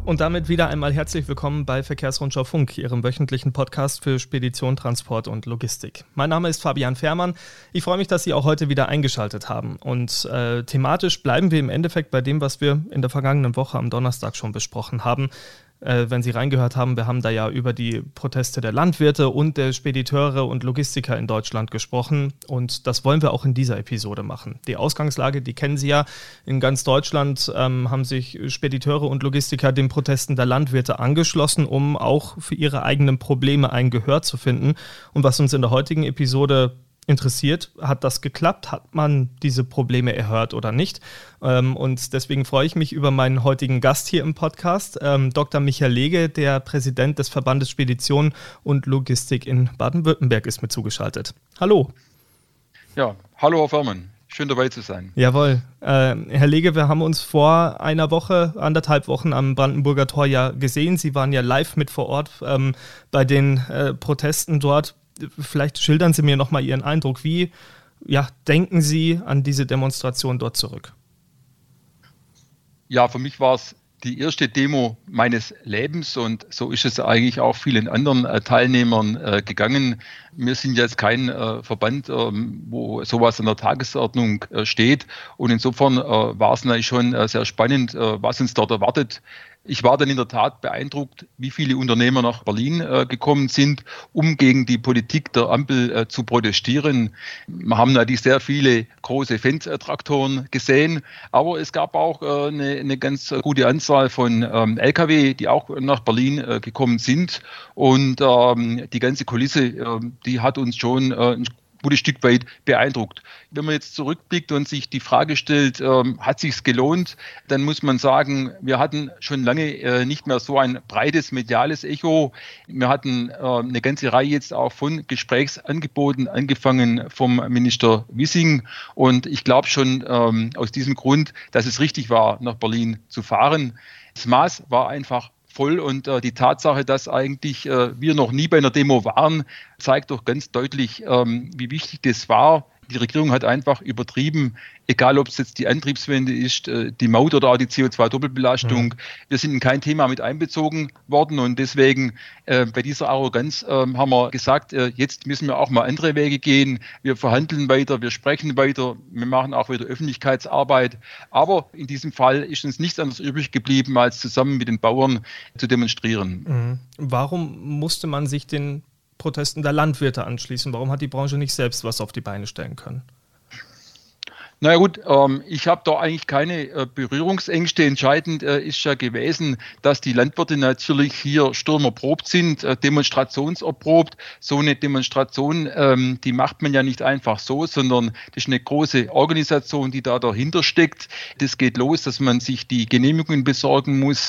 Und damit wieder einmal herzlich willkommen bei Verkehrsrundschau Funk, Ihrem wöchentlichen Podcast für Spedition, Transport und Logistik. Mein Name ist Fabian Fährmann. Ich freue mich, dass Sie auch heute wieder eingeschaltet haben. Und thematisch bleiben wir im Endeffekt bei dem, was wir in der vergangenen Woche am Donnerstag schon besprochen haben. Wenn Sie reingehört haben, wir haben da ja über die Proteste der Landwirte und der Spediteure und Logistiker in Deutschland gesprochen und das wollen wir auch in dieser Episode machen. Die Ausgangslage, die kennen Sie ja. In ganz Deutschland haben sich Spediteure und Logistiker den Protesten der Landwirte angeschlossen, um auch für ihre eigenen Probleme ein Gehör zu finden. Und was uns in der heutigen Episode interessiert, hat das geklappt? Hat man diese Probleme erhört oder nicht? Und deswegen freue ich mich über meinen heutigen Gast hier im Podcast, Dr. Michael Lege, der Präsident des Verbandes Spedition und Logistik in Baden-Württemberg, ist mir zugeschaltet. Hallo. Ja, hallo Herr Fährmann. Schön dabei zu sein. Jawohl. Herr Lege, wir haben uns vor einer Woche, 1,5 Wochen am Brandenburger Tor ja gesehen. Sie waren ja live mit vor Ort bei den Protesten dort. Vielleicht schildern Sie mir nochmal Ihren Eindruck. Wie denken Sie an diese Demonstration dort zurück? Ja, für mich war es die erste Demo meines Lebens und so ist es eigentlich auch vielen anderen Teilnehmern gegangen. Wir sind jetzt kein Verband, wo sowas an der Tagesordnung steht und insofern war es natürlich schon sehr spannend, was uns dort erwartet. Ich war dann in der Tat beeindruckt, wie viele Unternehmer nach Berlin gekommen sind, um gegen die Politik der Ampel zu protestieren. Wir haben natürlich sehr viele große Fendt-Traktoren gesehen, aber es gab auch eine ganz gute Anzahl von Lkw, die auch nach Berlin gekommen sind. Und die ganze Kulisse, die hat uns schon ein gutes Stück weit beeindruckt. Wenn man jetzt zurückblickt und sich die Frage stellt, hat sich's gelohnt, dann muss man sagen, wir hatten schon lange nicht mehr so ein breites mediales Echo. Wir hatten eine ganze Reihe jetzt auch von Gesprächsangeboten, angefangen vom Minister Wissing. Und ich glaube schon aus diesem Grund, dass es richtig war, nach Berlin zu fahren. Das Maß war einfach voll und die Tatsache, dass eigentlich wir noch nie bei einer Demo waren, zeigt doch ganz deutlich, wie wichtig das war. Die Regierung hat einfach übertrieben, egal ob es jetzt die Antriebswende ist, die Maut oder auch die CO2-Doppelbelastung. Wir sind in kein Thema mit einbezogen worden und deswegen bei dieser Arroganz haben wir gesagt, jetzt müssen wir auch mal andere Wege gehen. Wir verhandeln weiter, wir sprechen weiter, wir machen auch wieder Öffentlichkeitsarbeit. Aber in diesem Fall ist uns nichts anderes übrig geblieben, als zusammen mit den Bauern zu demonstrieren. Warum musste man sich den Protesten der Landwirte anschließen? Warum hat die Branche nicht selbst was auf die Beine stellen können? Naja gut, ich habe da eigentlich keine Berührungsängste. Entscheidend ist ja gewesen, dass die Landwirte natürlich hier sturmerprobt sind, demonstrationserprobt. So eine Demonstration, die macht man ja nicht einfach so, sondern das ist eine große Organisation, die da dahinter steckt. Das geht los, dass man sich die Genehmigungen besorgen muss.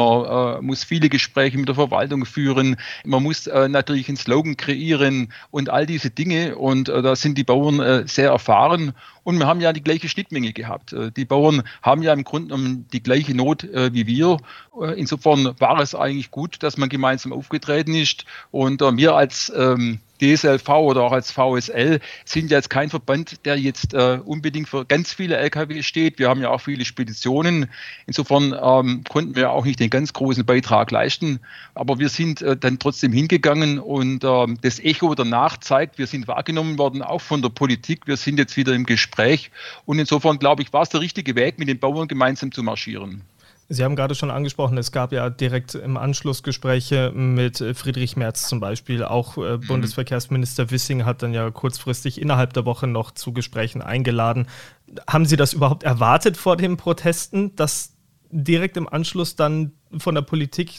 Man muss viele Gespräche mit der Verwaltung führen. Man muss natürlich einen Slogan kreieren und all diese Dinge. Und da sind die Bauern sehr erfahren. Und wir haben ja die gleiche Schnittmenge gehabt. Die Bauern haben ja im Grunde genommen die gleiche Not wie wir. Insofern war es eigentlich gut, dass man gemeinsam aufgetreten ist. Und wir als DSLV oder auch als VSL sind ja jetzt kein Verband, der jetzt unbedingt für ganz viele Lkw steht. Wir haben ja auch viele Speditionen. Insofern konnten wir auch nicht den ganz großen Beitrag leisten. Aber wir sind dann trotzdem hingegangen und das Echo danach zeigt, wir sind wahrgenommen worden, auch von der Politik. Wir sind jetzt wieder im Gespräch. Und insofern, glaube ich, war es der richtige Weg, mit den Bauern gemeinsam zu marschieren. Sie haben gerade schon angesprochen, es gab ja direkt im Anschluss Gespräche mit Friedrich Merz zum Beispiel. Auch Bundesverkehrsminister Wissing hat dann ja kurzfristig innerhalb der Woche noch zu Gesprächen eingeladen. Haben Sie das überhaupt erwartet vor den Protesten, dass direkt im Anschluss dann von der Politik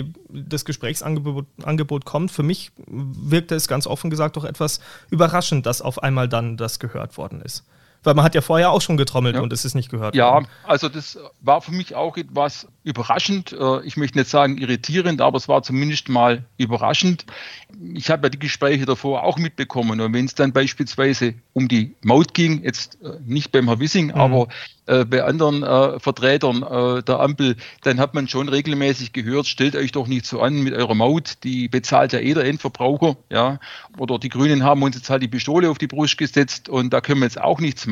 das Gesprächsangebot kommt? Für mich wirkte es ganz offen gesagt doch etwas überraschend, dass auf einmal dann das gehört worden ist. Weil man hat ja vorher auch schon getrommelt und es ist nicht gehört worden. Ja, also das war für mich auch etwas überraschend. Ich möchte nicht sagen irritierend, aber es war zumindest mal überraschend. Ich habe ja die Gespräche davor auch mitbekommen. Und wenn es dann beispielsweise um die Maut ging, jetzt nicht beim Herrn Wissing, aber bei anderen Vertretern der Ampel, dann hat man schon regelmäßig gehört, stellt euch doch nicht so an mit eurer Maut, die bezahlt ja jeder Endverbraucher. Ja? Oder die Grünen haben uns jetzt halt die Pistole auf die Brust gesetzt und da können wir jetzt auch nichts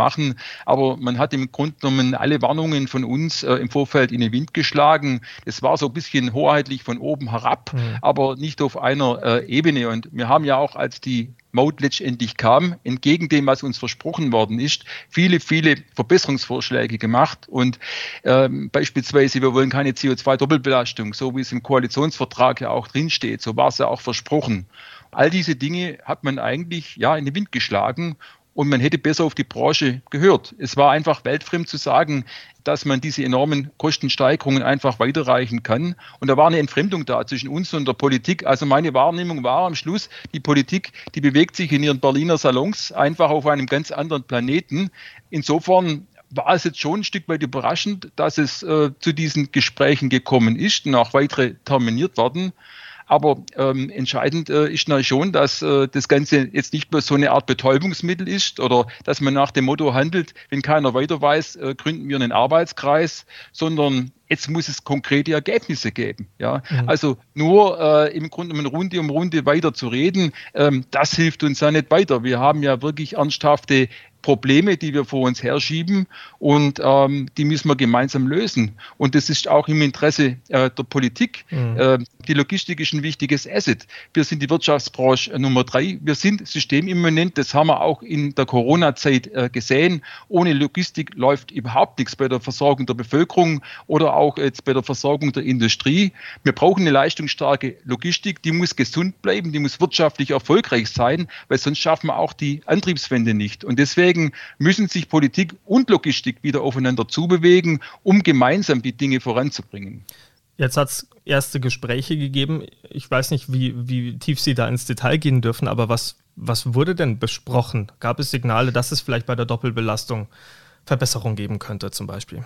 machen. Aber man hat im Grunde genommen alle Warnungen von uns im Vorfeld in den Wind geschlagen. Es war so ein bisschen hoheitlich von oben herab, aber nicht auf einer Ebene. Und wir haben ja auch, als die Maut letztendlich kam, entgegen dem, was uns versprochen worden ist, viele Verbesserungsvorschläge gemacht. Und beispielsweise, wir wollen keine CO2-Doppelbelastung, so wie es im Koalitionsvertrag ja auch drinsteht. So war es ja auch versprochen. All diese Dinge hat man eigentlich in den Wind geschlagen. Und man hätte besser auf die Branche gehört. Es war einfach weltfremd zu sagen, dass man diese enormen Kostensteigerungen einfach weiterreichen kann. Und da war eine Entfremdung da zwischen uns und der Politik. Also meine Wahrnehmung war am Schluss, die Politik, die bewegt sich in ihren Berliner Salons einfach auf einem ganz anderen Planeten. Insofern war es jetzt schon ein Stück weit überraschend, dass es zu diesen Gesprächen gekommen ist und auch weitere terminiert werden. Aber entscheidend ist natürlich schon, dass das Ganze jetzt nicht mehr so eine Art Betäubungsmittel ist oder dass man nach dem Motto handelt, wenn keiner weiter weiß, gründen wir einen Arbeitskreis, sondern jetzt muss es konkrete Ergebnisse geben. Ja? Also nur im Grunde genommen Runde um Runde weiter zu reden, das hilft uns ja nicht weiter. Wir haben ja wirklich ernsthafte Probleme, die wir vor uns herschieben und die müssen wir gemeinsam lösen. Und das ist auch im Interesse der Politik. Die Logistik ist ein wichtiges Asset. Wir sind die Wirtschaftsbranche Nummer 3. Wir sind systemimmanent. Das haben wir auch in der Corona-Zeit gesehen. Ohne Logistik läuft überhaupt nichts bei der Versorgung der Bevölkerung oder auch jetzt bei der Versorgung der Industrie. Wir brauchen eine leistungsstarke Logistik. Die muss gesund bleiben. Die muss wirtschaftlich erfolgreich sein, weil sonst schaffen wir auch die Antriebswende nicht. Und deswegen müssen sich Politik und Logistik wieder aufeinander zubewegen, um gemeinsam die Dinge voranzubringen. Jetzt hat es erste Gespräche gegeben. Ich weiß nicht, wie tief Sie da ins Detail gehen dürfen, aber was wurde denn besprochen? Gab es Signale, dass es vielleicht bei der Doppelbelastung Verbesserung geben könnte zum Beispiel?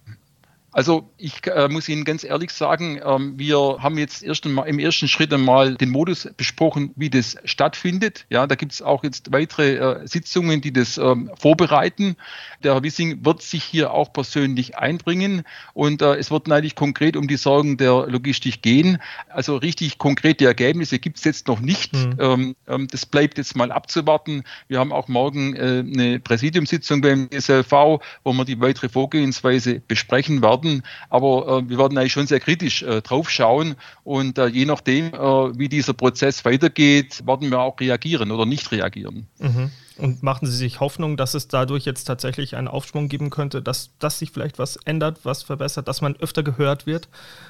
Also ich muss Ihnen ganz ehrlich sagen, wir haben jetzt im ersten Schritt einmal den Modus besprochen, wie das stattfindet. Ja, da gibt es auch jetzt weitere Sitzungen, die das vorbereiten. Der Herr Wissing wird sich hier auch persönlich einbringen und es wird natürlich konkret um die Sorgen der Logistik gehen. Also richtig konkrete Ergebnisse gibt es jetzt noch nicht. Das bleibt jetzt mal abzuwarten. Wir haben auch morgen eine Präsidiumssitzung beim SLV, wo wir die weitere Vorgehensweise besprechen werden. Aber wir werden eigentlich schon sehr kritisch drauf schauen und je nachdem, wie dieser Prozess weitergeht, werden wir auch reagieren oder nicht reagieren. Und machen Sie sich Hoffnung, dass es dadurch jetzt tatsächlich einen Aufschwung geben könnte, dass sich vielleicht was ändert, was verbessert, dass man öfter gehört wird?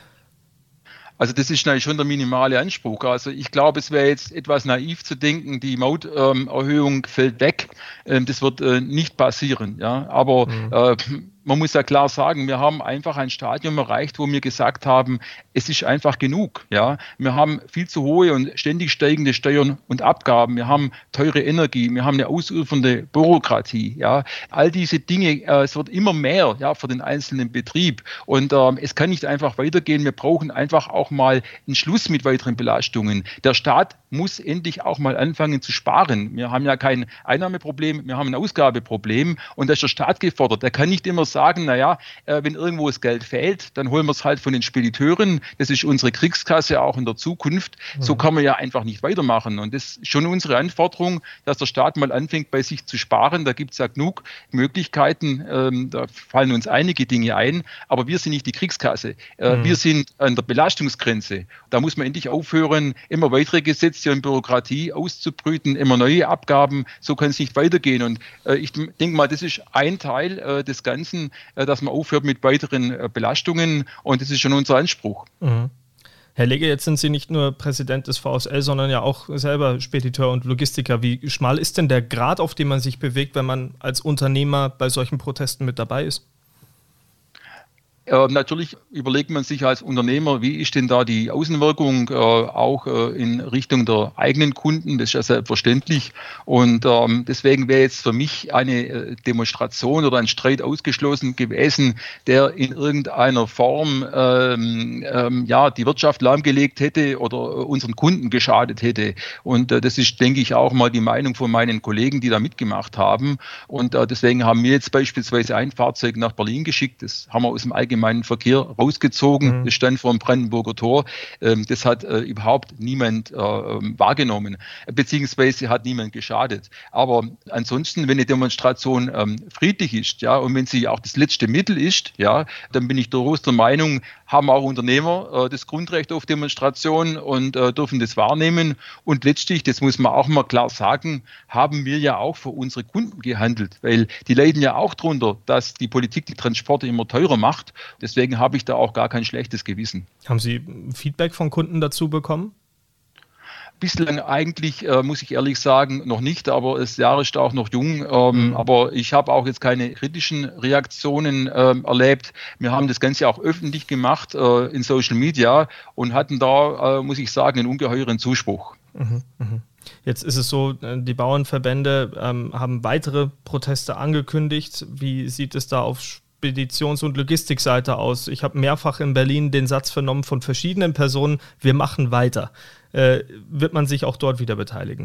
Also das ist natürlich schon der minimale Anspruch. Also ich glaube, es wäre jetzt etwas naiv zu denken, die Mauterhöhung fällt weg. Das wird nicht passieren. Ja? Aber man muss ja klar sagen, wir haben einfach ein Stadium erreicht, wo wir gesagt haben, es ist einfach genug. Ja? Wir haben viel zu hohe und ständig steigende Steuern und Abgaben. Wir haben teure Energie. Wir haben eine ausufernde Bürokratie. Ja? All diese Dinge, es wird immer mehr für den einzelnen Betrieb. Und es kann nicht einfach weitergehen. Wir brauchen einfach auch mal einen Schluss mit weiteren Belastungen. Der Staat muss endlich auch mal anfangen zu sparen. Wir haben ja kein Einnahmeproblem, wir haben ein Ausgabeproblem und da ist der Staat gefordert. Der kann nicht immer sagen, wenn irgendwo das Geld fehlt, dann holen wir es halt von den Spediteuren. Das ist unsere Kriegskasse auch in der Zukunft. So kann man ja einfach nicht weitermachen. Und das ist schon unsere Anforderung, dass der Staat mal anfängt, bei sich zu sparen. Da gibt es ja genug Möglichkeiten. Da fallen uns einige Dinge ein. Aber wir sind nicht die Kriegskasse. Wir sind an der Belastungsgrenze. Da muss man endlich aufhören, immer weitere Gesetze und Bürokratie auszubrüten, immer neue Abgaben. So kann es nicht weitergehen. Und ich denke mal, das ist ein Teil des Ganzen, dass man aufhört mit weiteren Belastungen. Und das ist schon unser Anspruch. Herr Legge, jetzt sind Sie nicht nur Präsident des VSL, sondern ja auch selber Spediteur und Logistiker. Wie schmal ist denn der Grat, auf dem man sich bewegt, wenn man als Unternehmer bei solchen Protesten mit dabei ist? Natürlich überlegt man sich als Unternehmer, wie ist denn da die Außenwirkung auch in Richtung der eigenen Kunden, das ist ja selbstverständlich und deswegen wäre jetzt für mich eine Demonstration oder ein Streit ausgeschlossen gewesen, der in irgendeiner Form die Wirtschaft lahmgelegt hätte oder unseren Kunden geschadet hätte und das ist, denke ich, auch mal die Meinung von meinen Kollegen, die da mitgemacht haben und deswegen haben wir jetzt beispielsweise ein Fahrzeug nach Berlin geschickt, das haben wir aus dem eigenen allgemeinen Verkehr rausgezogen. Das stand vor dem Brandenburger Tor. Das hat überhaupt niemand wahrgenommen, beziehungsweise hat niemand geschadet. Aber ansonsten, wenn eine Demonstration friedlich ist, ja, und wenn sie auch das letzte Mittel ist, ja, dann bin ich durchaus der Meinung, haben auch Unternehmer das Grundrecht auf Demonstration und dürfen das wahrnehmen. Und letztlich, das muss man auch mal klar sagen, haben wir ja auch für unsere Kunden gehandelt, weil die leiden ja auch drunter, dass die Politik die Transporte immer teurer macht. Deswegen habe ich da auch gar kein schlechtes Gewissen. Haben Sie Feedback von Kunden dazu bekommen? Bislang eigentlich, muss ich ehrlich sagen, noch nicht, aber das Jahr ist auch noch jung. Aber ich habe auch jetzt keine kritischen Reaktionen erlebt. Wir haben das Ganze auch öffentlich gemacht in Social Media und hatten da, muss ich sagen, einen ungeheuren Zuspruch. Jetzt ist es so, die Bauernverbände haben weitere Proteste angekündigt. Wie sieht es da auf Speditions- und Logistikseite aus? Ich habe mehrfach in Berlin den Satz vernommen von verschiedenen Personen, wir machen weiter. Wird man sich auch dort wieder beteiligen?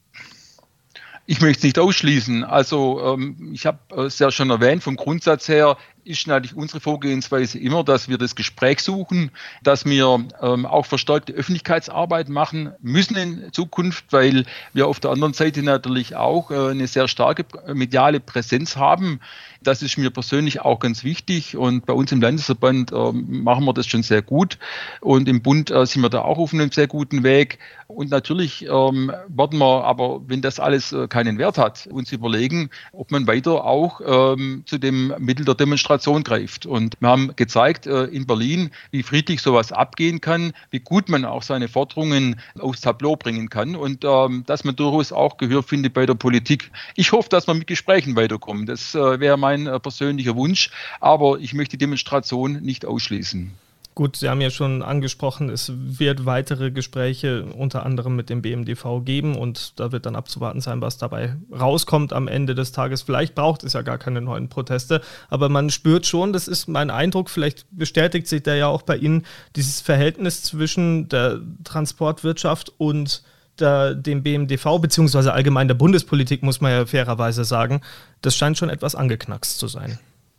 Ich möchte es nicht ausschließen. Also ich habe es ja schon erwähnt, vom Grundsatz her ist natürlich unsere Vorgehensweise immer, dass wir das Gespräch suchen, dass wir auch verstärkte Öffentlichkeitsarbeit machen müssen in Zukunft, weil wir auf der anderen Seite natürlich auch eine sehr starke mediale Präsenz haben. Das ist mir persönlich auch ganz wichtig und bei uns im Landesverband machen wir das schon sehr gut und im Bund sind wir da auch auf einem sehr guten Weg. Und natürlich werden wir, aber wenn das alles keinen Wert hat, uns überlegen, ob man weiter auch zu dem Mittel der Demonstration greift. Und wir haben gezeigt in Berlin, wie friedlich sowas abgehen kann, wie gut man auch seine Forderungen aufs Tableau bringen kann und dass man durchaus auch Gehör findet bei der Politik. Ich hoffe, dass wir mit Gesprächen weiterkommen. Das wäre mein persönlicher Wunsch, aber ich möchte die Demonstration nicht ausschließen. Gut, Sie haben ja schon angesprochen, es wird weitere Gespräche unter anderem mit dem BMDV geben und da wird dann abzuwarten sein, was dabei rauskommt am Ende des Tages. Vielleicht braucht es ja gar keine neuen Proteste, aber man spürt schon, das ist mein Eindruck, vielleicht bestätigt sich da ja auch bei Ihnen, dieses Verhältnis zwischen der Transportwirtschaft und dem BMDV, beziehungsweise allgemein der Bundespolitik, muss man ja fairerweise sagen, das scheint schon etwas angeknackst zu sein.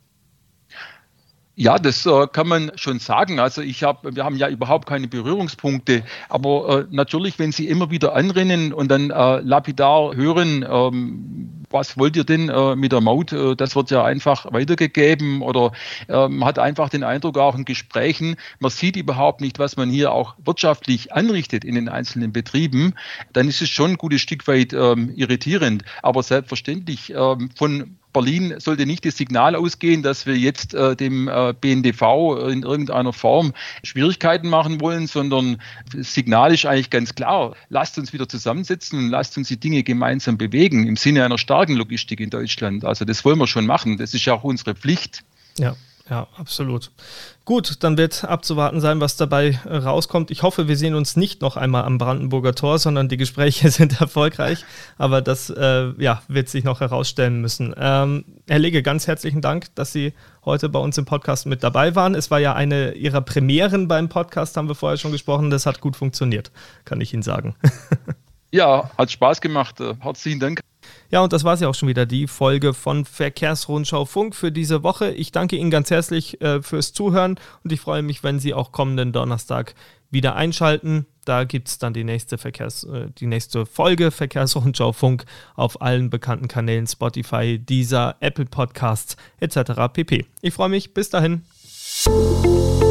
Ja, das kann man schon sagen. Also wir haben ja überhaupt keine Berührungspunkte. Aber natürlich, wenn Sie immer wieder anrennen und dann lapidar hören, was wollt ihr denn mit der Maut? Das wird ja einfach weitergegeben oder man hat einfach den Eindruck auch in Gesprächen, man sieht überhaupt nicht, was man hier auch wirtschaftlich anrichtet in den einzelnen Betrieben. Dann ist es schon ein gutes Stück weit irritierend. Aber selbstverständlich von Berlin sollte nicht das Signal ausgehen, dass wir jetzt dem BNDV in irgendeiner Form Schwierigkeiten machen wollen, sondern das Signal ist eigentlich ganz klar. Lasst uns wieder zusammensetzen und lasst uns die Dinge gemeinsam bewegen im Sinne einer starken Logistik in Deutschland. Also das wollen wir schon machen. Das ist ja auch unsere Pflicht. Ja, absolut. Gut, dann wird abzuwarten sein, was dabei rauskommt. Ich hoffe, wir sehen uns nicht noch einmal am Brandenburger Tor, sondern die Gespräche sind erfolgreich. Aber das wird sich noch herausstellen müssen. Herr Legge, ganz herzlichen Dank, dass Sie heute bei uns im Podcast mit dabei waren. Es war ja eine Ihrer Premieren beim Podcast, haben wir vorher schon gesprochen. Das hat gut funktioniert, kann ich Ihnen sagen. Ja, hat Spaß gemacht. Herzlichen Dank. Ja, und das war es ja auch schon wieder, die Folge von Verkehrsrundschau Funk für diese Woche. Ich danke Ihnen ganz herzlich fürs Zuhören und ich freue mich, wenn Sie auch kommenden Donnerstag wieder einschalten. Da gibt es dann die nächste Folge Verkehrsrundschau Funk auf allen bekannten Kanälen Spotify, Deezer, Apple Podcasts etc. pp. Ich freue mich. Bis dahin.